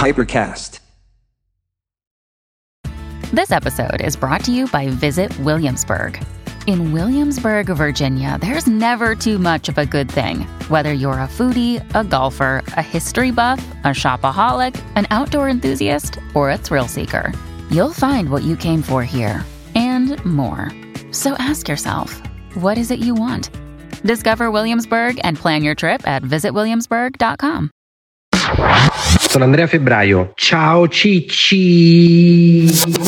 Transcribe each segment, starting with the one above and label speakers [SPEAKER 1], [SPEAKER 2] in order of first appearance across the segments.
[SPEAKER 1] Hypercast.
[SPEAKER 2] This episode is brought to you by Visit Williamsburg. In Williamsburg, Virginia, there's never too much of a good thing. Whether you're a foodie, a golfer, a history buff, a shopaholic, an outdoor enthusiast, or a thrill seeker, you'll find what you came for here and more. So ask yourself, what is it you want? Discover Williamsburg and plan your trip at visitwilliamsburg.com.
[SPEAKER 3] Sono Andrea Febbraio. Ciao Cicci.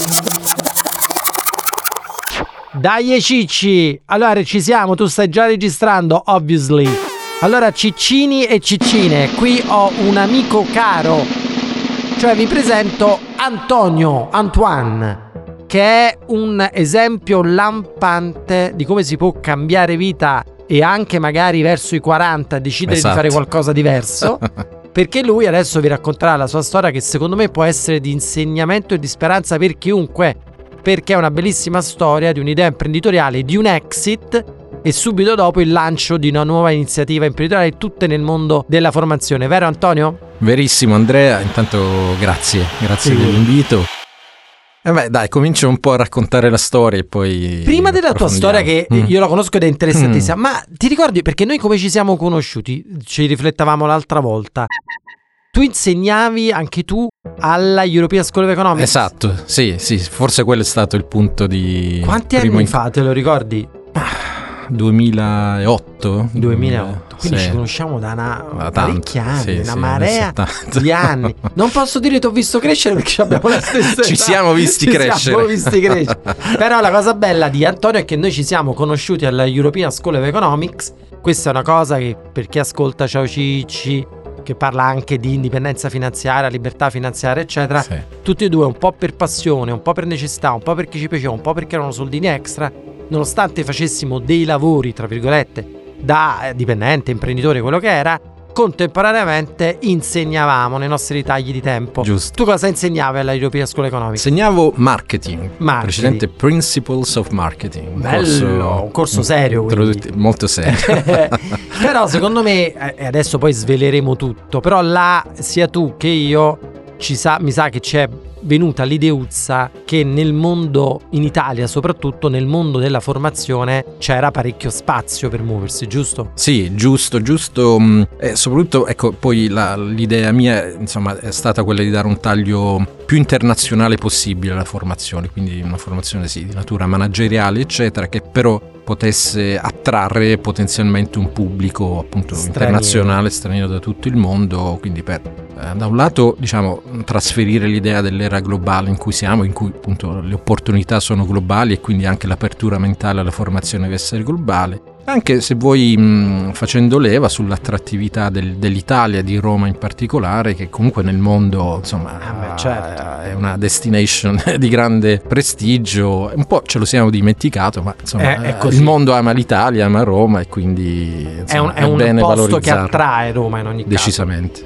[SPEAKER 4] Dai Cicci, allora ci siamo, tu stai già registrando, obviously. Allora Ciccini e Ciccine, qui ho un amico caro, cioè vi presento Antoine, che è un esempio lampante di come si può cambiare vita e anche magari verso i 40 decidere di fare qualcosa diverso. Perché lui adesso vi racconterà la sua storia, che secondo me può essere di insegnamento e di speranza per chiunque, perché è una bellissima storia di un'idea imprenditoriale, di un exit e subito dopo il lancio di una nuova iniziativa imprenditoriale, tutte nel mondo della formazione. Vero Antonio?
[SPEAKER 5] Verissimo Andrea, intanto grazie dell'invito. Dai, comincio un po' a raccontare la storia e poi
[SPEAKER 4] prima della tua storia, che io la conosco ed è interessantissima, ma ti ricordi perché noi come ci siamo conosciuti? Ci riflettavamo l'altra volta. Tu insegnavi anche tu alla European School of Economics?
[SPEAKER 5] Esatto, sì, forse quello è stato il punto di...
[SPEAKER 4] Quanti anni fa, te lo ricordi?
[SPEAKER 5] 2008.
[SPEAKER 4] 2008, quindi
[SPEAKER 5] sì.
[SPEAKER 4] Ci conosciamo da parecchi anni, una
[SPEAKER 5] sì,
[SPEAKER 4] marea di anni. Non posso dire ti ho visto crescere perché abbiamo la stessa età.
[SPEAKER 5] Ci siamo visti crescere.
[SPEAKER 4] Però la cosa bella di Antonio è che noi ci siamo conosciuti alla European School of Economics. Questa è una cosa che per chi ascolta Ciao Cicci, che parla anche di indipendenza finanziaria, libertà finanziaria eccetera, sì. Tutti e due un po' per passione, un po' per necessità, un po' perché ci piaceva, un po' perché erano soldini extra, nonostante facessimo dei lavori tra virgolette da dipendente, imprenditore, quello che era, contemporaneamente insegnavamo nei nostri tagli di tempo.
[SPEAKER 5] Giusto.
[SPEAKER 4] Tu cosa insegnavi alla European School Economics?
[SPEAKER 5] Insegnavo marketing. Precedente Principles of Marketing.
[SPEAKER 4] Un corso serio,
[SPEAKER 5] molto serio.
[SPEAKER 4] Però secondo me, e adesso poi sveleremo tutto, però là sia tu che io mi sa che c'è venuta l'ideuzza che nel mondo, in Italia soprattutto, nel mondo della formazione c'era parecchio spazio per muoversi, giusto?
[SPEAKER 5] Sì, giusto. Soprattutto, ecco, poi l'idea mia, insomma, è stata quella di dare un taglio più internazionale possibile alla formazione, quindi una formazione sì di natura manageriale eccetera, che però potesse attrarre potenzialmente un pubblico appunto internazionale, straniero da tutto il mondo, quindi per da un lato diciamo trasferire l'idea dell'era globale in cui siamo, in cui appunto le opportunità sono globali e quindi anche l'apertura mentale alla formazione deve essere globale, anche se vuoi facendo leva sull'attrattività dell'Italia, di Roma in particolare, che comunque nel mondo insomma
[SPEAKER 4] certo.
[SPEAKER 5] È una destination di grande prestigio, un po' ce lo siamo dimenticato, ma insomma il mondo ama l'Italia, ama Roma e quindi insomma,
[SPEAKER 4] è un
[SPEAKER 5] bene
[SPEAKER 4] posto che
[SPEAKER 5] valorizzarlo.
[SPEAKER 4] attrae Roma in ogni caso.
[SPEAKER 5] Decisamente.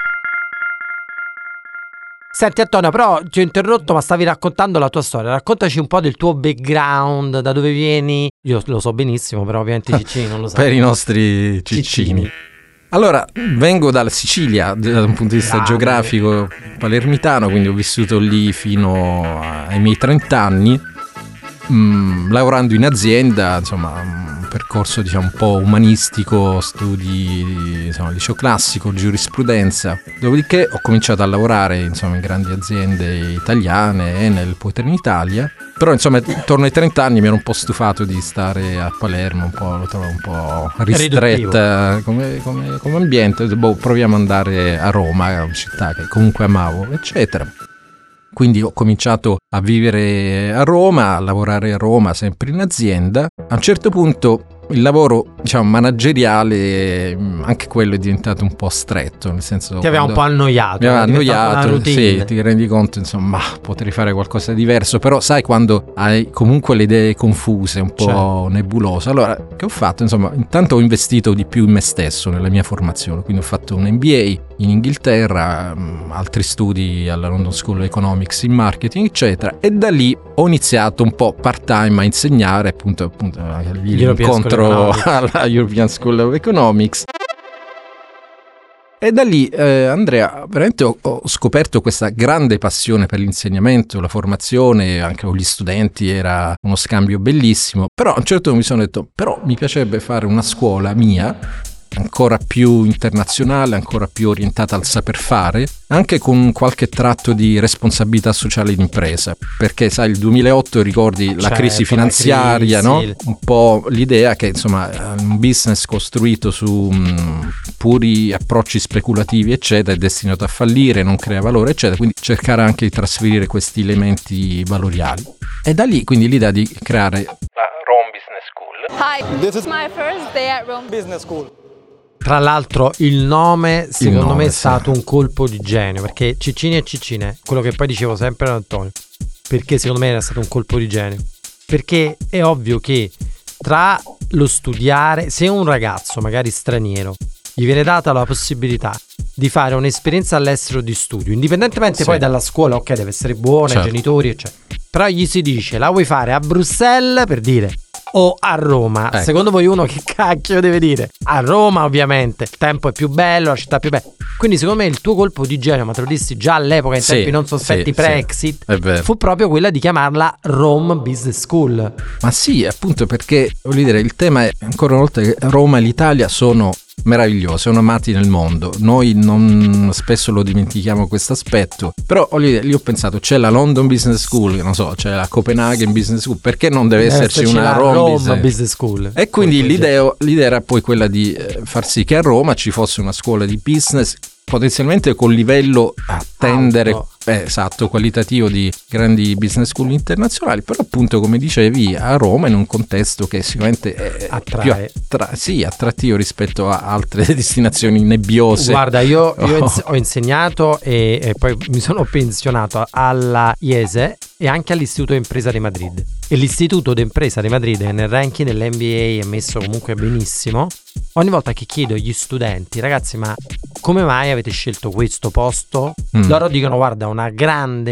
[SPEAKER 4] Senti Antonio, però ti ho interrotto, ma stavi raccontando la tua storia. Raccontaci un po' del tuo background, da dove vieni. Io lo so benissimo, però ovviamente Ciccini non lo sa.
[SPEAKER 5] Per i nostri Ciccini. Allora, vengo dalla Sicilia, da un punto di vista geografico palermitano, quindi ho vissuto lì fino ai miei 30 anni, lavorando in azienda, insomma un percorso diciamo un po' umanistico, studi insomma liceo classico, giurisprudenza, dopodiché ho cominciato a lavorare insomma in grandi aziende italiane, Enel, poi Trenitalia, però insomma intorno ai 30 anni mi ero un po' stufato di stare a Palermo, lo trovavo un po' ristretta come ambiente, proviamo ad andare a Roma, una città che comunque amavo eccetera. Quindi ho cominciato a vivere a Roma, a lavorare a Roma, sempre in azienda. A un certo punto il lavoro, diciamo, manageriale, anche quello è diventato un po' stretto, nel senso...
[SPEAKER 4] Ti aveva un po' annoiato.
[SPEAKER 5] Mi aveva annoiato, sì, ti rendi conto, insomma, potrei fare qualcosa di diverso, però sai quando hai comunque le idee confuse, un po' nebulose. Allora, che ho fatto? Insomma, intanto ho investito di più in me stesso, nella mia formazione, quindi ho fatto un MBA in Inghilterra, altri studi alla London School of Economics in marketing, eccetera, e da lì ho iniziato un po' part-time a insegnare appunto l'incontro alla European School of Economics. E da lì, Andrea, veramente ho scoperto questa grande passione per l'insegnamento, la formazione, anche con gli studenti era uno scambio bellissimo, però a un certo punto mi sono detto, però mi piacerebbe fare una scuola mia, ancora più internazionale, ancora più orientata al saper fare, anche con qualche tratto di responsabilità sociale d'impresa, perché sai, il 2008 ricordi la crisi finanziaria, no? Un po' l'idea che insomma un business costruito su puri approcci speculativi eccetera è destinato a fallire, non crea valore eccetera, quindi cercare anche di trasferire questi elementi valoriali. E da lì quindi l'idea di creare la Rome Business School.
[SPEAKER 1] Hi, this is my first day at Rome Business School.
[SPEAKER 4] Tra l'altro il nome secondo me è stato un colpo di genio, perché Ciccini e Ciccine, quello che poi dicevo sempre ad Antonio, perché secondo me era stato un colpo di genio, perché è ovvio che tra lo studiare, se un ragazzo magari straniero gli viene data la possibilità di fare un'esperienza all'estero di studio, indipendentemente poi dalla scuola, ok, deve essere buona, i genitori eccetera, però gli si dice la vuoi fare a Bruxelles, per dire, o a Roma, secondo voi uno che cacchio deve dire? A Roma ovviamente, il tempo è più bello, la città è più bella, quindi secondo me il tuo colpo di genio, ma te lo dissi già all'epoca in tempi non sospetti pre-exit, fu proprio quella di chiamarla Rome Business School.
[SPEAKER 5] Ma sì, appunto, perché voglio dire, il tema è ancora una volta che Roma e l'Italia sono meravigliose, sono amati nel mondo, noi non spesso lo dimentichiamo questo aspetto, però lì ho pensato, c'è la London Business School, non so, c'è la Copenaghen Business School, perché non deve esserci una Rome
[SPEAKER 4] Business School?
[SPEAKER 5] E quindi l'idea era poi quella di far sì che a Roma ci fosse una scuola di business potenzialmente con livello a tendere qualitativo di grandi business school internazionali, però appunto come dicevi a Roma in un contesto che sicuramente è più attrattivo rispetto a altre destinazioni nebbiose.
[SPEAKER 4] Guarda, io ho insegnato e poi mi sono pensionato alla IESE e anche all'Istituto di Impresa di Madrid, e l'Istituto di Impresa di Madrid nel ranking dell'NBA è messo comunque benissimo. Ogni volta che chiedo agli studenti, ragazzi, ma come mai avete scelto questo posto? Loro dicono, guarda, un grande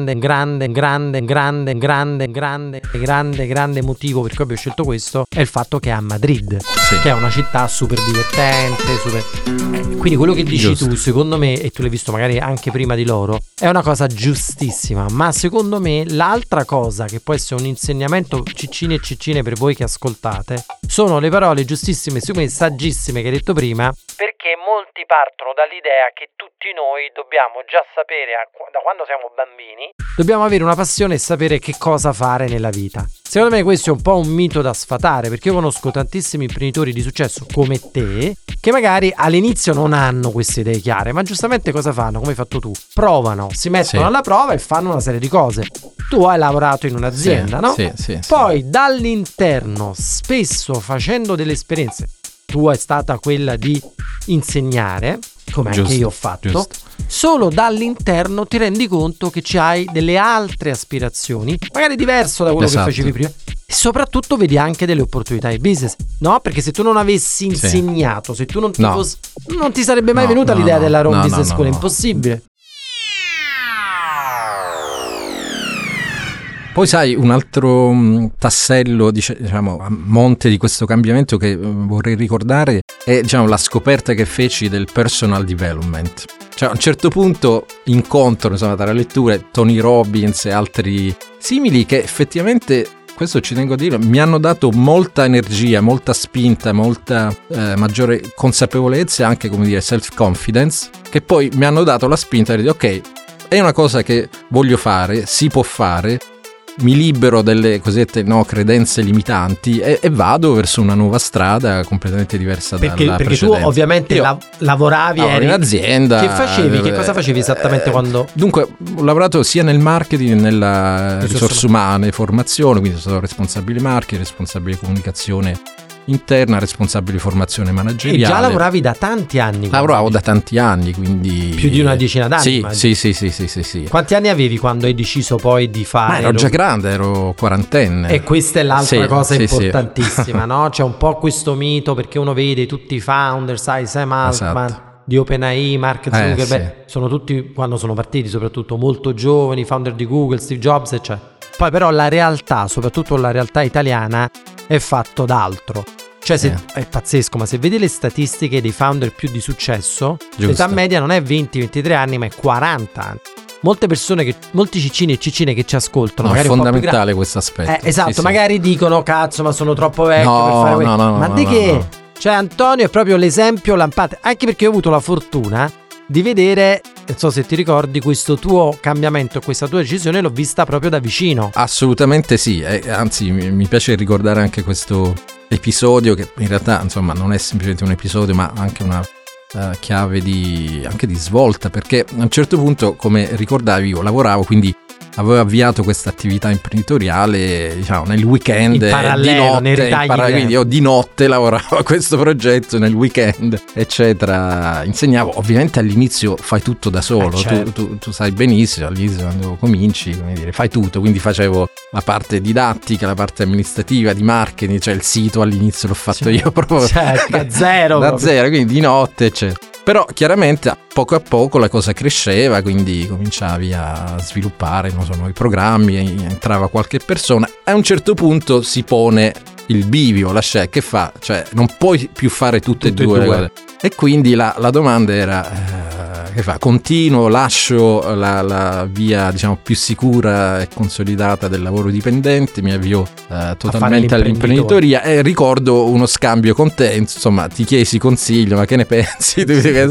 [SPEAKER 4] motivo per cui abbiamo scelto questo è il fatto che è a Madrid, che è una città super divertente, quindi quello che dici tu, secondo me, e tu l'hai visto magari anche prima di loro, è una cosa giustissima. Ma secondo me l'altra cosa che può essere un insegnamento, Ciccini e Ciccine, per voi che ascoltate, sono le parole giustissime, secondo me saggissime che hai detto prima, perché molti partono dall'idea che tutti noi dobbiamo già sapere da quando siamo bambini, dobbiamo avere una passione e sapere che cosa fare nella vita. Secondo me questo è un po' un mito da sfatare, perché io conosco tantissimi imprenditori di successo come te che magari all'inizio non hanno queste idee chiare, ma giustamente cosa fanno? Come hai fatto tu? Provano, si mettono alla prova e fanno una serie di cose. Tu hai lavorato in un'azienda, no? Poi dall'interno, spesso facendo delle esperienze, tua è stata quella di insegnare, come anche io ho fatto, solo dall'interno ti rendi conto che ci hai delle altre aspirazioni, magari diverso da quello che facevi prima, e soprattutto vedi anche delle opportunità di business, no? Perché se tu non avessi insegnato, se tu non ti non ti sarebbe mai venuta l'idea della Rome Business School, è impossibile.
[SPEAKER 5] Poi sai, un altro tassello, diciamo, a monte di questo cambiamento che vorrei ricordare è, diciamo, la scoperta che feci del personal development. Cioè, a un certo punto incontro, insomma, tra letture, Tony Robbins e altri simili che effettivamente, questo ci tengo a dire, mi hanno dato molta energia, molta spinta, molta maggiore consapevolezza e anche, come dire, self-confidence, che poi mi hanno dato la spinta di dire, ok, è una cosa che voglio fare, si può fare, mi libero delle cosiddette credenze limitanti e vado verso una nuova strada completamente diversa dalla precedente. Perché tu
[SPEAKER 4] ovviamente lavoravi
[SPEAKER 5] in azienda.
[SPEAKER 4] Che facevi? Che cosa facevi esattamente quando?
[SPEAKER 5] Dunque, ho lavorato sia nel marketing che nella risorse umane, formazione, quindi sono stato responsabile marketing, responsabile comunicazione interna, responsabile di formazione manageriale.
[SPEAKER 4] E già lavoravi da tanti anni?
[SPEAKER 5] Lavoravo da tanti anni, quindi
[SPEAKER 4] più di una decina d'anni.
[SPEAKER 5] Sì.
[SPEAKER 4] Quanti anni avevi quando hai deciso poi di fare?
[SPEAKER 5] Ma ero già grande, ero quarantenne.
[SPEAKER 4] E questa è l'altra cosa importantissima, no? C'è un po' questo mito, perché uno vede tutti i founder, sai, Sam Altman di OpenAI, Mark Zuckerberg, sono tutti, quando sono partiti, soprattutto molto giovani, founder di Google, Steve Jobs, eccetera. Poi però la realtà, soprattutto la realtà italiana, è fatto d'altro. Cioè è pazzesco, ma se vedi le statistiche dei founder più di successo,
[SPEAKER 5] Giusto.
[SPEAKER 4] l'età media non è 20-23 anni, ma è 40 anni. Molte persone, molti ciccini e ciccine che ci ascoltano,
[SPEAKER 5] No, è
[SPEAKER 4] magari
[SPEAKER 5] fondamentale questo aspetto.
[SPEAKER 4] esatto,
[SPEAKER 5] Sì.
[SPEAKER 4] magari dicono cazzo, ma sono troppo vecchio
[SPEAKER 5] No,
[SPEAKER 4] per fare questo.
[SPEAKER 5] no,
[SPEAKER 4] Ma
[SPEAKER 5] no,
[SPEAKER 4] di
[SPEAKER 5] no,
[SPEAKER 4] che?
[SPEAKER 5] no.
[SPEAKER 4] Cioè Antonio è proprio l'esempio lampante, anche perché ho avuto la fortuna di vedere, non so se ti ricordi, questo tuo cambiamento, questa tua decisione l'ho vista proprio da vicino.
[SPEAKER 5] Assolutamente sì, anzi mi piace ricordare anche questo episodio che in realtà insomma non è semplicemente un episodio ma anche una chiave anche di svolta, perché a un certo punto, come ricordavi, io lavoravo, quindi avevo avviato questa attività imprenditoriale, diciamo, nel weekend,
[SPEAKER 4] in parallelo,
[SPEAKER 5] di notte,
[SPEAKER 4] nei ritagli
[SPEAKER 5] quindi io di notte lavoravo a questo progetto, nel weekend eccetera, insegnavo. Ovviamente all'inizio fai tutto da solo,
[SPEAKER 4] certo.
[SPEAKER 5] tu sai benissimo all'inizio quando cominci, come dire, fai tutto, quindi facevo la parte didattica, la parte amministrativa, di marketing, cioè il sito all'inizio l'ho fatto io proprio
[SPEAKER 4] da zero,
[SPEAKER 5] quindi di notte eccetera. Però chiaramente a poco la cosa cresceva, quindi cominciavi a sviluppare, non so, nuovi programmi, entrava qualche persona e a un certo punto si pone il bivio, la scelta, che fa? Cioè non puoi più fare tutte e due le cose. E quindi la domanda era che fa? Continuo, lascio la via, diciamo, più sicura e consolidata del lavoro dipendente, mi avvio totalmente all'imprenditoria, e ricordo uno scambio con te, insomma ti chiesi consiglio, ma che ne pensi?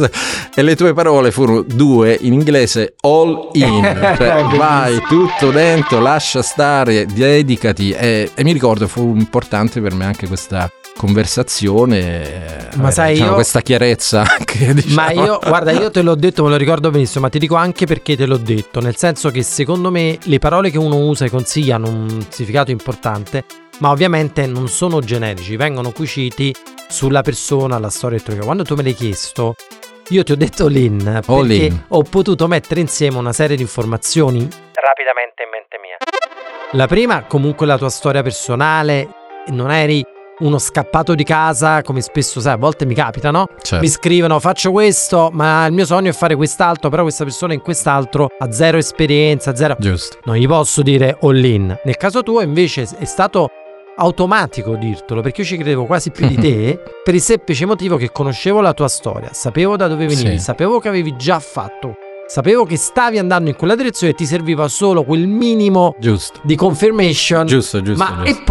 [SPEAKER 5] E le tue parole furono due in inglese: all in, cioè vai tutto dentro, lascia stare, dedicati, e mi ricordo fu importante per me anche questa conversazione,
[SPEAKER 4] ma sai,
[SPEAKER 5] diciamo,
[SPEAKER 4] io
[SPEAKER 5] questa chiarezza anche, diciamo.
[SPEAKER 4] Ma io, guarda, io te l'ho detto, me lo ricordo benissimo, ma ti dico anche perché te l'ho detto, nel senso che secondo me le parole che uno usa e consiglia hanno un significato importante, ma ovviamente non sono generici, vengono cuciti sulla persona, la storia e tutto. Quando tu me l'hai chiesto, io ti ho detto perché ho potuto mettere insieme una serie di informazioni rapidamente in mente mia. La prima, comunque, la tua storia personale, non eri uno scappato di casa, come spesso, sai, a volte mi capita, no?
[SPEAKER 5] Certo.
[SPEAKER 4] Mi scrivono, faccio questo, ma il mio sogno è fare quest'altro, però questa persona in quest'altro ha zero esperienza, zero.
[SPEAKER 5] Giusto.
[SPEAKER 4] Non gli posso dire all in. Nel caso tuo invece è stato automatico dirtelo, perché io ci credevo quasi più di te, per il semplice motivo che conoscevo la tua storia, sapevo da dove venivi,
[SPEAKER 5] sì,
[SPEAKER 4] sapevo che avevi già fatto, sapevo che stavi andando in quella direzione e ti serviva solo quel minimo
[SPEAKER 5] giusto
[SPEAKER 4] di confirmation.
[SPEAKER 5] Giusto.
[SPEAKER 4] Ma E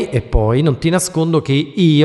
[SPEAKER 4] poi non ti nascondo che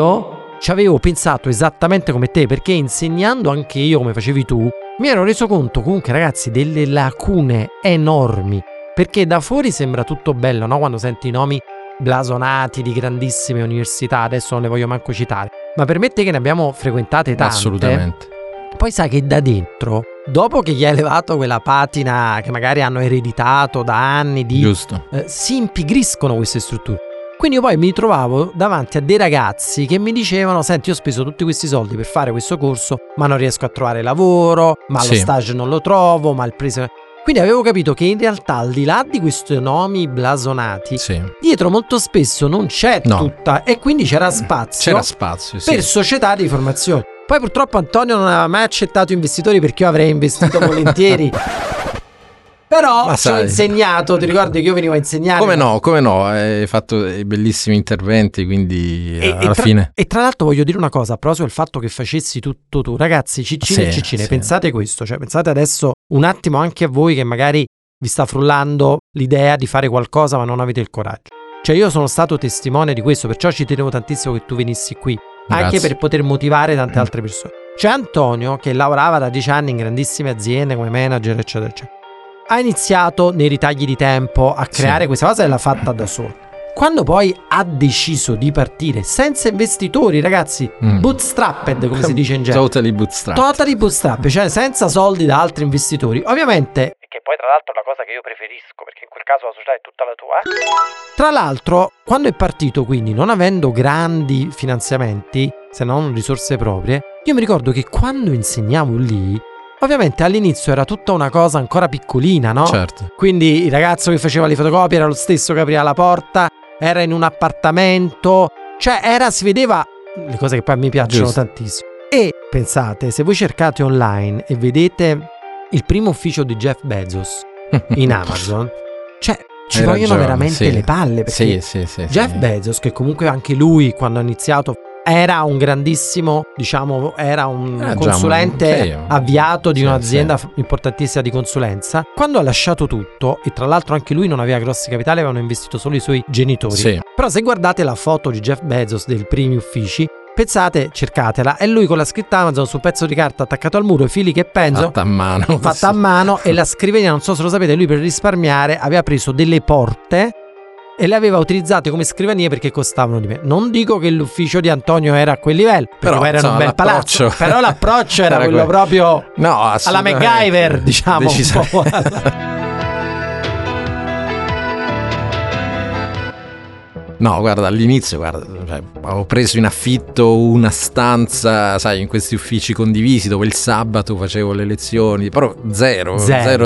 [SPEAKER 4] io ci avevo pensato esattamente come te, perché insegnando anche io come facevi tu, mi ero reso conto comunque, ragazzi, delle lacune enormi, perché da fuori sembra tutto bello, no? Quando senti i nomi blasonati di grandissime università, adesso non le voglio manco citare, ma permette che ne abbiamo frequentate tante.
[SPEAKER 5] Assolutamente.
[SPEAKER 4] Poi sai che da dentro, dopo che gli hai levato quella patina che magari hanno ereditato da anni
[SPEAKER 5] Giusto.
[SPEAKER 4] si impigriscono queste strutture. Quindi io poi mi trovavo davanti a dei ragazzi che mi dicevano: senti, io ho speso tutti questi soldi per fare questo corso, ma non riesco a trovare lavoro, ma lo stage non lo trovo, ma il preso... Quindi avevo capito che in realtà, al di là di questi nomi blasonati, dietro molto spesso non c'è tutta, e quindi c'era spazio per società di formazione. Poi purtroppo Antonio non aveva mai accettato investitori, perché io avrei investito volentieri. Però ci ho insegnato, ti ricordi che io venivo a insegnare?
[SPEAKER 5] Come no, hai fatto bellissimi interventi, quindi alla fine.
[SPEAKER 4] E tra l'altro voglio dire una cosa, a proposito del fatto che facessi tutto tu, ragazzi, ciccine e ciccine, pensate questo, cioè pensate adesso un attimo anche a voi che magari vi sta frullando l'idea di fare qualcosa ma non avete il coraggio. Cioè io sono stato testimone di questo, perciò ci tenevo tantissimo che tu venissi qui.
[SPEAKER 5] Grazie.
[SPEAKER 4] Anche per poter motivare tante altre persone. C'è Antonio che lavorava da 10 anni in grandissime aziende come manager, eccetera, eccetera. Ha iniziato nei ritagli di tempo a creare questa cosa e l'ha fatta da solo. Quando poi ha deciso di partire senza investitori, ragazzi, bootstrapped, come si dice in genere.
[SPEAKER 5] Totally
[SPEAKER 4] bootstrapped, cioè senza soldi da altri investitori. Ovviamente, che poi tra l'altro è la cosa che io preferisco, perché in quel caso la società è tutta la tua. Tra l'altro, quando è partito, quindi non avendo grandi finanziamenti, se non risorse proprie, io mi ricordo che quando insegnavo lì, ovviamente all'inizio era tutta una cosa ancora piccolina, no?
[SPEAKER 5] Certo.
[SPEAKER 4] Quindi il ragazzo che faceva le fotocopie era lo stesso che apriva la porta, era in un appartamento, cioè si vedeva le cose che poi a me piacciono tantissimo. E pensate, se voi cercate online e vedete il primo ufficio di Jeff Bezos in Amazon, cioè ci vogliono veramente le palle, perché Jeff Bezos, che comunque anche lui quando ha iniziato era un grandissimo, diciamo, era un consulente
[SPEAKER 5] sì,
[SPEAKER 4] avviato di
[SPEAKER 5] sì,
[SPEAKER 4] un'azienda
[SPEAKER 5] sì.
[SPEAKER 4] importantissima di consulenza. Quando ha lasciato tutto, e tra l'altro anche lui non aveva grossi capitali, avevano investito solo i suoi genitori.
[SPEAKER 5] Sì.
[SPEAKER 4] Però se guardate la foto di Jeff Bezos dei primi uffici, pensate, cercatela, è lui con la scritta Amazon su un pezzo di carta attaccato al muro, i fili che penzo,
[SPEAKER 5] Fatta a
[SPEAKER 4] mano, e la scrivania, non so se lo sapete, lui per risparmiare aveva preso delle porte e le aveva utilizzate come scrivanie perché costavano di meno. Non dico che l'ufficio di Antonio era a quel livello, però era
[SPEAKER 5] insomma,
[SPEAKER 4] un bel palazzo, però l'approccio era quello proprio alla MacGyver, diciamo, un po'.
[SPEAKER 5] No, guarda, all'inizio, avevo preso in affitto una stanza, sai, in questi uffici condivisi dove il sabato facevo le lezioni, però zero.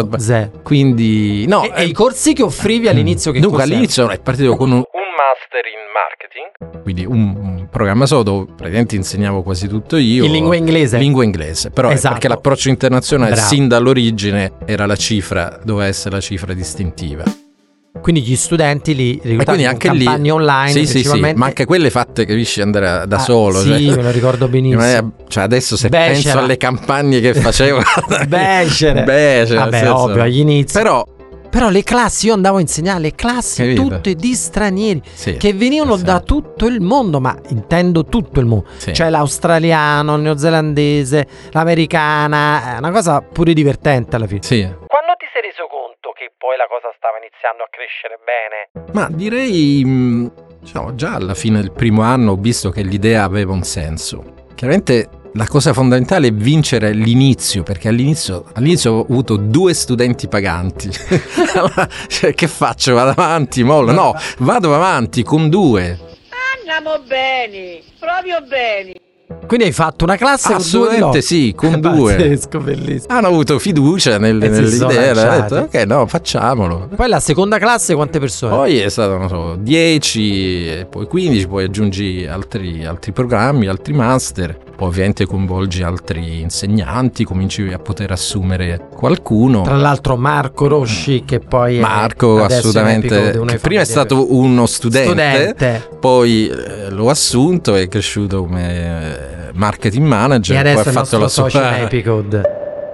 [SPEAKER 5] Quindi, no.
[SPEAKER 4] E i corsi che offrivi all'inizio? Che
[SPEAKER 5] dunque, all'inizio è partito con un master in marketing, quindi un programma solo dove praticamente insegnavo quasi tutto io.
[SPEAKER 4] In lingua inglese.
[SPEAKER 5] Però
[SPEAKER 4] esatto.
[SPEAKER 5] Perché l'approccio internazionale,
[SPEAKER 4] Bravo,
[SPEAKER 5] sin dall'origine, era doveva essere la cifra distintiva.
[SPEAKER 4] Quindi gli studenti li
[SPEAKER 5] quindi anche
[SPEAKER 4] campagne
[SPEAKER 5] lì,
[SPEAKER 4] online,
[SPEAKER 5] sì, ma anche quelle fatte che riesci ad andare da solo.
[SPEAKER 4] Sì, me lo ricordo benissimo.
[SPEAKER 5] Cioè adesso se
[SPEAKER 4] Becera.
[SPEAKER 5] penso alle campagne che facevo,
[SPEAKER 4] Becera. Vabbè, ovvio, agli inizi. Però le classi, io andavo a insegnare le classi tutte di stranieri che venivano da tutto il mondo, ma intendo tutto il mondo, cioè l'australiano, il neozelandese, l'americana, è una cosa pure divertente alla fine.
[SPEAKER 5] Sì.
[SPEAKER 4] Quando ti sei reso conto che poi la cosa stava iniziando a crescere bene?
[SPEAKER 5] Ma direi, diciamo, già alla fine del primo anno ho visto che l'idea aveva un senso. Chiaramente la cosa fondamentale è vincere l'inizio, perché all'inizio ho avuto 2 studenti paganti. Allora, cioè, che faccio? Vado avanti, mollo? No, vado avanti con 2.
[SPEAKER 6] Andiamo bene, proprio bene.
[SPEAKER 4] Quindi hai fatto una classe
[SPEAKER 5] assolutamente
[SPEAKER 4] con 2
[SPEAKER 5] sì, con 2.
[SPEAKER 4] Pazzesco, bellissimo.
[SPEAKER 5] Hanno avuto fiducia nell'idea, hanno detto ok, no, facciamolo.
[SPEAKER 4] Poi la seconda classe quante persone?
[SPEAKER 5] Poi è stato, non so, 10, poi 15, poi aggiungi altri programmi, altri master, poi ovviamente coinvolgi altri insegnanti, cominci a poter assumere qualcuno.
[SPEAKER 4] Tra l'altro Marco Rosci, che poi
[SPEAKER 5] Marco assolutamente, che prima è stato uno studente. Poi l'ho assunto, è cresciuto come marketing manager,
[SPEAKER 4] e adesso
[SPEAKER 5] poi ha fatto la sua
[SPEAKER 4] Epicode.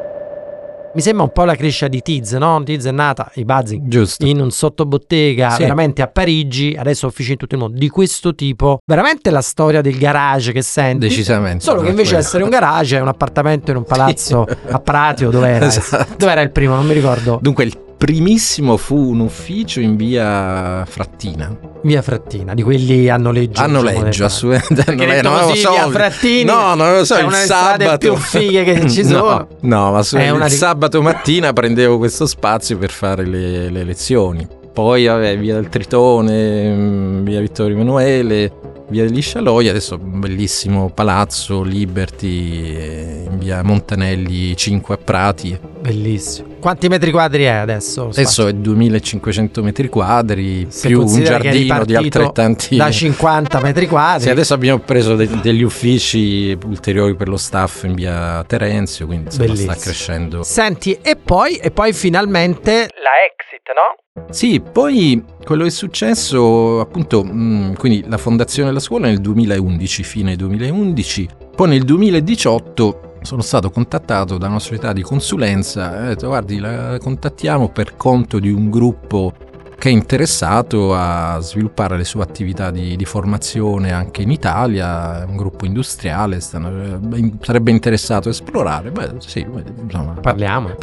[SPEAKER 4] Mi sembra un po' la crescita di Tiz, no? Tiz è nata, i Buzzing,
[SPEAKER 5] giusto,
[SPEAKER 4] in un sottobottega veramente a Parigi, adesso uffici in tutto il mondo di questo tipo. Veramente la storia del garage che senti.
[SPEAKER 5] Decisamente.
[SPEAKER 4] Solo che invece di essere un garage è un appartamento in un palazzo a Pratio. Dov'era?
[SPEAKER 5] Esatto.
[SPEAKER 4] Dov'era il primo? Non mi ricordo.
[SPEAKER 5] Dunque il primissimo fu un ufficio in via Frattina.
[SPEAKER 4] Via Frattina, di quelli a noleggio.
[SPEAKER 5] A noleggio, assolutamente.
[SPEAKER 4] Non avevo soldi. Via Frattini,
[SPEAKER 5] no, non lo so,
[SPEAKER 4] è
[SPEAKER 5] il
[SPEAKER 4] una delle
[SPEAKER 5] sabato
[SPEAKER 4] strade più fighe che ci sono.
[SPEAKER 5] No, ma il sabato mattina prendevo questo spazio per fare le lezioni. Poi via del Tritone, via Vittorio Emanuele, via degli Scialoi, adesso un bellissimo palazzo Liberty in via Montanelli 5 a Prati.
[SPEAKER 4] Bellissimo. Quanti metri quadri è adesso?
[SPEAKER 5] Adesso è 2500 metri quadri, più un giardino di altrettanti.
[SPEAKER 4] Da 50 metri quadri.
[SPEAKER 5] Sì, adesso abbiamo preso degli uffici ulteriori per lo staff in via Terenzio, quindi insomma, sta crescendo.
[SPEAKER 4] Senti, e poi finalmente la exit, no?
[SPEAKER 5] Sì, poi quello che è successo, appunto, quindi la fondazione della scuola nel 2011, fine 2011, poi nel 2018 sono stato contattato da una società di consulenza e ho detto guardi, la contattiamo per conto di un gruppo che è interessato a sviluppare le sue attività di formazione anche in Italia, un gruppo industriale, sarebbe interessato a esplorare. Beh, sì, insomma, parliamone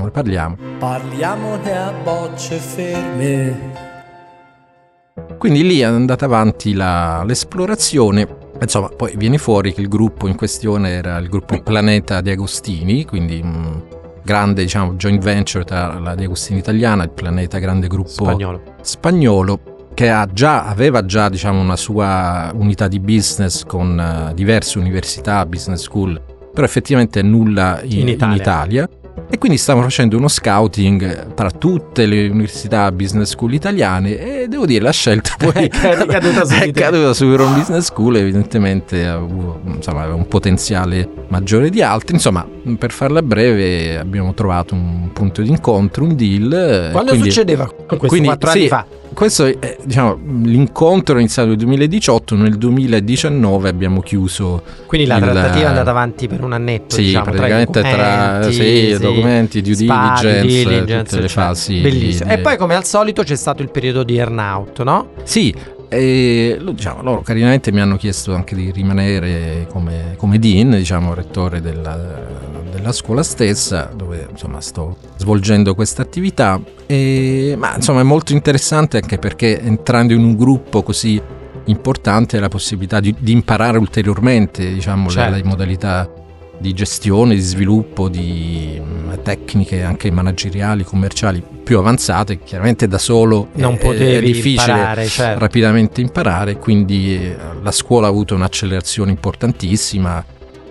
[SPEAKER 5] a bocce ferme. Quindi lì è andata avanti l'esplorazione. Insomma, poi viene fuori che il gruppo in questione era il gruppo Planeta Di Agostini, quindi un grande, diciamo, joint venture tra la Di Agostini italiana e il Planeta, grande gruppo spagnolo che aveva già diciamo una sua unità di business con diverse università, business school, però effettivamente nulla in Italia. E quindi stavano facendo uno scouting tra tutte le università business school italiane e devo dire la scelta poi è caduta su Rome Business School, evidentemente aveva un potenziale maggiore di altri. Insomma, per farla breve, abbiamo trovato un punto di incontro, un deal.
[SPEAKER 4] Quando succedeva questo? 4 anni fa?
[SPEAKER 5] questo è, diciamo, l'incontro è iniziato nel 2018, nel 2019 abbiamo chiuso.
[SPEAKER 4] Quindi la trattativa è andata avanti per un annetto,
[SPEAKER 5] sì,
[SPEAKER 4] diciamo,
[SPEAKER 5] praticamente tra documenti, due diligence, tutte le fasi.
[SPEAKER 4] Bellissimo. E poi, come al solito, c'è stato il periodo di earnout, no?
[SPEAKER 5] Sì. E diciamo, loro carinamente mi hanno chiesto anche di rimanere come dean, diciamo rettore della scuola stessa, dove insomma sto svolgendo questa attività, ma insomma è molto interessante anche perché entrando in un gruppo così importante hai la possibilità di imparare ulteriormente, diciamo,
[SPEAKER 4] certo,
[SPEAKER 5] le modalità di gestione, di sviluppo, di tecniche anche manageriali, commerciali più avanzate. Chiaramente da solo
[SPEAKER 4] non
[SPEAKER 5] è difficile
[SPEAKER 4] imparare, certo,
[SPEAKER 5] rapidamente imparare, quindi la scuola ha avuto un'accelerazione importantissima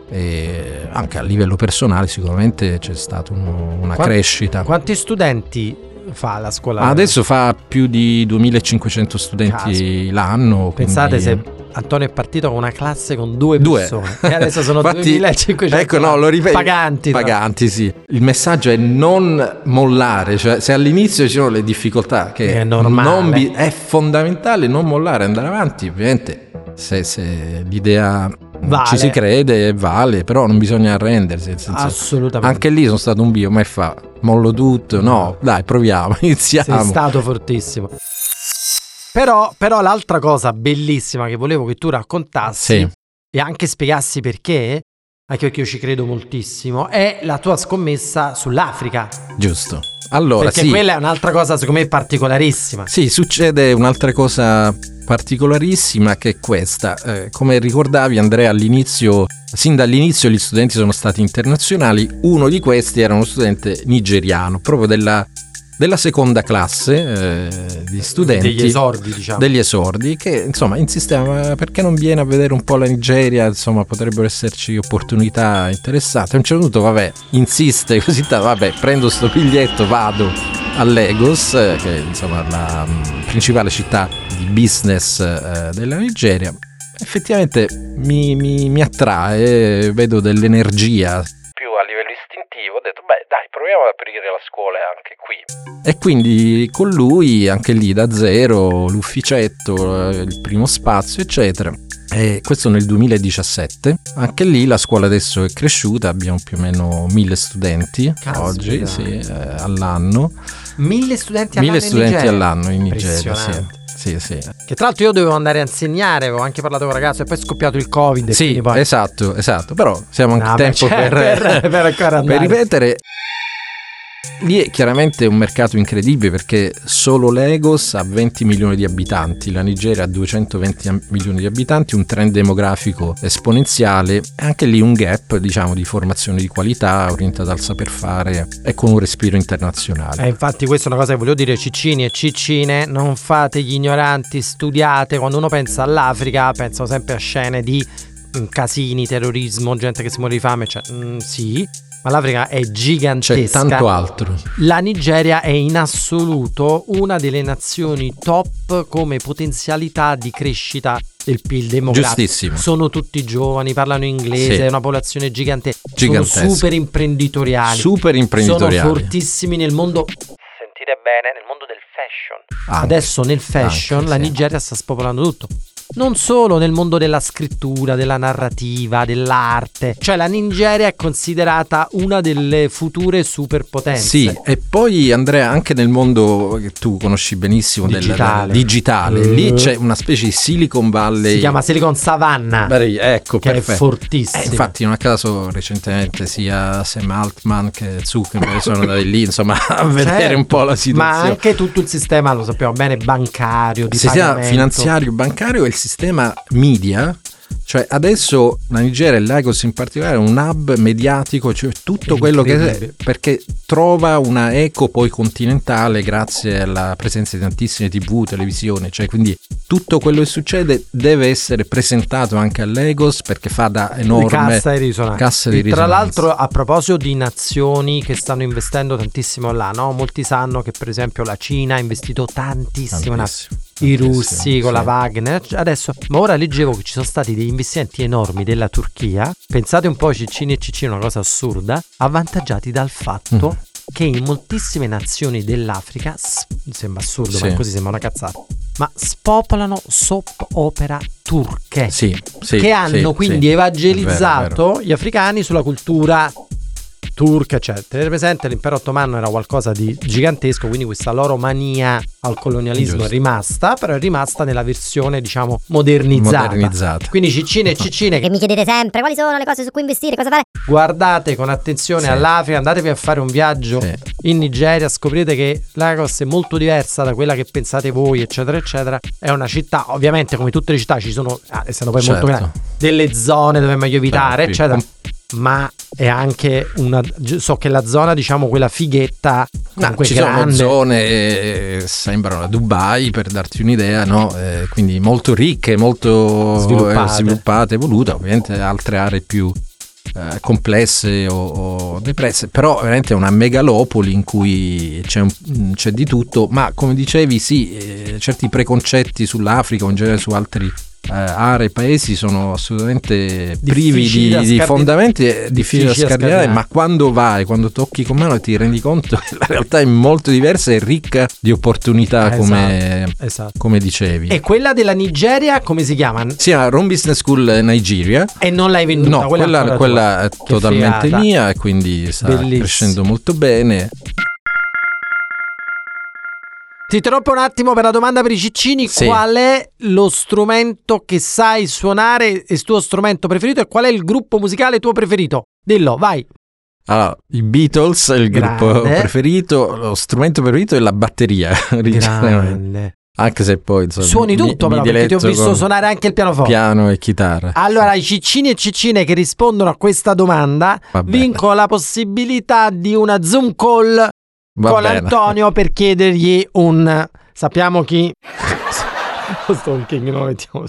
[SPEAKER 5] e anche a livello personale sicuramente c'è stata una crescita.
[SPEAKER 4] Quanti studenti fa la scuola?
[SPEAKER 5] Adesso fa più di 2500 studenti l'anno.
[SPEAKER 4] Pensate,
[SPEAKER 5] quindi...
[SPEAKER 4] se Antonio è partito con una classe con due persone e adesso sono
[SPEAKER 5] infatti,
[SPEAKER 4] 2500.
[SPEAKER 5] Ecco, no, lo ripeto,
[SPEAKER 4] paganti,
[SPEAKER 5] sì. Il messaggio è non mollare, cioè se all'inizio ci sono le difficoltà che
[SPEAKER 4] è normale,
[SPEAKER 5] è fondamentale non mollare, andare avanti. Ovviamente se l'idea
[SPEAKER 4] vale,
[SPEAKER 5] ci si crede, vale, però non bisogna arrendersi, nel senso,
[SPEAKER 4] assolutamente.
[SPEAKER 5] Anche lì sono stato un bio, ma mollo tutto, no, dai, proviamo, iniziamo.
[SPEAKER 4] Sei stato fortissimo. Però l'altra cosa bellissima che volevo che tu raccontassi,
[SPEAKER 5] sì,
[SPEAKER 4] e anche spiegassi perché, anche perché io ci credo moltissimo, è la tua scommessa sull'Africa.
[SPEAKER 5] Giusto. Allora,
[SPEAKER 4] perché
[SPEAKER 5] sì,
[SPEAKER 4] quella è un'altra cosa secondo me particolarissima.
[SPEAKER 5] Sì, succede un'altra cosa particolarissima che è questa. Come ricordavi, Andrea, sin dall'inizio gli studenti sono stati internazionali. Uno di questi era uno studente nigeriano, proprio della seconda classe di studenti, degli esordi, che insomma insisteva: perché non viene a vedere un po' la Nigeria, insomma potrebbero esserci opportunità interessanti. A un certo punto insiste così tanto, prendo sto biglietto, vado a Lagos, che è insomma la principale città di business della Nigeria. Effettivamente mi attrae, vedo dell'energia più a livello istintivo. Ho detto dai, proviamo ad aprire la scuola anche qui, e quindi con lui anche lì da zero, l'ufficetto, il primo spazio eccetera. E questo nel 2017. Anche lì la scuola adesso è cresciuta, abbiamo più o meno 1000 studenti. Caspita. Oggi sì, all'anno
[SPEAKER 4] 1000 studenti
[SPEAKER 5] all'anno in Nigeria, sì.
[SPEAKER 4] Che tra l'altro io dovevo andare a insegnare, avevo anche parlato con un ragazzo e poi è scoppiato il Covid.
[SPEAKER 5] Sì,
[SPEAKER 4] poi...
[SPEAKER 5] esatto, però siamo anche tempo per ripetere. Lì è chiaramente un mercato incredibile, perché solo Lagos ha 20 milioni di abitanti, la Nigeria ha 220 milioni di abitanti, un trend demografico esponenziale, e anche lì un gap, diciamo, di formazione di qualità orientata al saper fare e con un respiro internazionale.
[SPEAKER 4] Infatti questa è una cosa che volevo dire, ciccini e ciccine, non fate gli ignoranti, studiate. Quando uno pensa all'Africa pensa sempre a scene di casini, terrorismo, gente che si muore di fame, sì, ma l'Africa è gigantesca.
[SPEAKER 5] C'è tanto altro.
[SPEAKER 4] La Nigeria è in assoluto una delle nazioni top come potenzialità di crescita del PIL demografico.
[SPEAKER 5] Giustissimo.
[SPEAKER 4] Sono tutti giovani, parlano inglese,
[SPEAKER 5] sì,
[SPEAKER 4] è una popolazione gigantesca. Sono super imprenditoriali. Sono fortissimi nel mondo. Sentite bene, nel mondo del fashion. Adesso nel fashion la Nigeria sta spopolando tutto. Non solo nel mondo della scrittura, della narrativa, dell'arte. Cioè la Nigeria è considerata una delle future superpotenze.
[SPEAKER 5] Sì, e poi Andrea, anche nel mondo che tu conosci benissimo, digitale. Lì c'è una specie di Silicon Valley.
[SPEAKER 4] Si chiama Silicon Savannah.
[SPEAKER 5] Ecco,
[SPEAKER 4] che
[SPEAKER 5] perfetto.
[SPEAKER 4] È fortissimo.
[SPEAKER 5] Infatti non a caso recentemente sia Sam Altman che Zuckerberg sono andati lì, insomma, a vedere un po' la situazione.
[SPEAKER 4] Ma anche tutto il sistema, lo sappiamo bene, bancario, di
[SPEAKER 5] sistema
[SPEAKER 4] pagamento.
[SPEAKER 5] Finanziario, bancario e il sistema media. Cioè adesso la Nigeria e Lagos in particolare è un hub mediatico, cioè tutto quello che è, perché trova una eco poi continentale grazie alla presenza di tantissime TV, televisione, cioè quindi tutto quello che succede deve essere presentato anche a Lagos, perché fa da enorme
[SPEAKER 4] cassa di risonanza. Tra l'altro, a proposito di nazioni che stanno investendo tantissimo là, no? Molti sanno che per esempio la Cina ha investito tantissimo. I russi con la Wagner adesso, ma ora leggevo che ci sono stati degli investimenti enormi della Turchia, pensate un po', ciccini e ciccini, una cosa assurda, avvantaggiati dal fatto che in moltissime nazioni dell'Africa, sembra assurdo, ma così sembra una cazzata, ma spopolano soap opera turche, che hanno quindi evangelizzato gli africani sulla cultura turca, eccetera. Tenete presente, l'impero ottomano era qualcosa di gigantesco, quindi questa loro mania al colonialismo è rimasta, però è rimasta nella versione, diciamo, modernizzata. Quindi ciccine e ciccine
[SPEAKER 7] che mi chiedete sempre quali sono le cose su cui investire, cosa fare,
[SPEAKER 4] guardate con attenzione all'Africa, andatevi a fare un viaggio in Nigeria, scoprite che Lagos è molto diversa da quella che pensate voi, eccetera eccetera. È una città, ovviamente come tutte le città ci sono, essendo poi molto grandi, delle zone dove è meglio evitare, eccetera, ma è anche so che la zona, diciamo, quella fighetta,
[SPEAKER 5] ci sono zone sembrano a Dubai, per darti un'idea, no? Quindi molto ricche, molto sviluppate, evolute, ovviamente altre aree più complesse o depresse, però veramente è una megalopoli in cui c'è di tutto, ma come dicevi certi preconcetti sull'Africa o in genere su altri aree, paesi sono assolutamente privi di fondamenti, difficili da scardinare, ma quando quando tocchi con mano ti rendi conto che la realtà è molto diversa e ricca di opportunità, come dicevi.
[SPEAKER 4] E quella della Nigeria come si chiama?
[SPEAKER 5] Si chiama Rome Business School Nigeria.
[SPEAKER 4] E non l'hai venduta?
[SPEAKER 5] No, quella è totalmente mia, e quindi sta crescendo molto bene.
[SPEAKER 4] Ti interrompo un attimo per la domanda per i ciccini. Qual è lo strumento che sai suonare, il tuo strumento preferito, e qual è il gruppo musicale tuo preferito? Dillo, vai.
[SPEAKER 5] Allora, i Beatles è il gruppo preferito, lo strumento preferito è la batteria.
[SPEAKER 4] Grande.
[SPEAKER 5] Anche se poi insomma,
[SPEAKER 4] suoni tutto, però, perché ti ho visto suonare anche il pianoforte.
[SPEAKER 5] Piano e chitarra.
[SPEAKER 4] Allora, i ciccini e ciccine che rispondono a questa domanda vincono la possibilità di una Zoom call con Antonio per chiedergli sappiamo chi stalking, non mettiamo.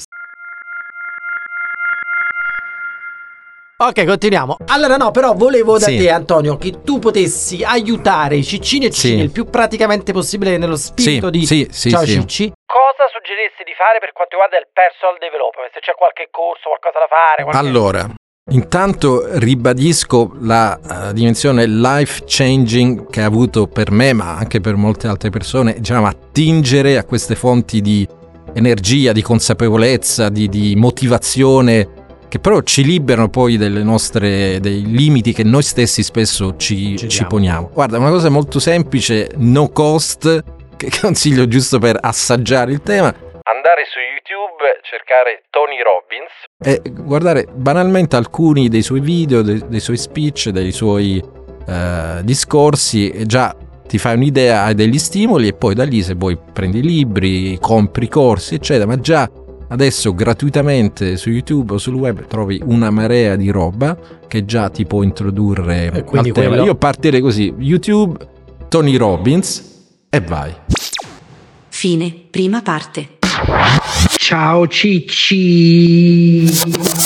[SPEAKER 4] Ok, continuiamo. Allora no, però volevo da te, Antonio, che tu potessi aiutare i ciccini e ciccine il più praticamente possibile nello spirito di Ciao Cicci. Cosa suggeriresti di fare per quanto riguarda il personal development? Se c'è qualche corso, qualcosa da fare?
[SPEAKER 5] Allora, intanto ribadisco la dimensione life changing che ha avuto per me, ma anche per molte altre persone, diciamo, attingere a queste fonti di energia, di consapevolezza, di motivazione, che però ci liberano poi dei limiti che noi stessi spesso ci poniamo. Guarda, una cosa molto semplice, no cost, che consiglio giusto per assaggiare il tema: andare su YouTube, cercare Tony Robbins e guardare banalmente alcuni dei suoi video, dei suoi speech, dei suoi discorsi, e già ti fai un'idea, hai degli stimoli, e poi da lì, se vuoi, prendi libri, compri corsi, eccetera. Ma già adesso gratuitamente su YouTube o sul web trovi una marea di roba che già ti può introdurre al tema. Io partirei così: YouTube, Tony Robbins, e vai.
[SPEAKER 8] Fine, prima parte.
[SPEAKER 3] Ciao Cicci.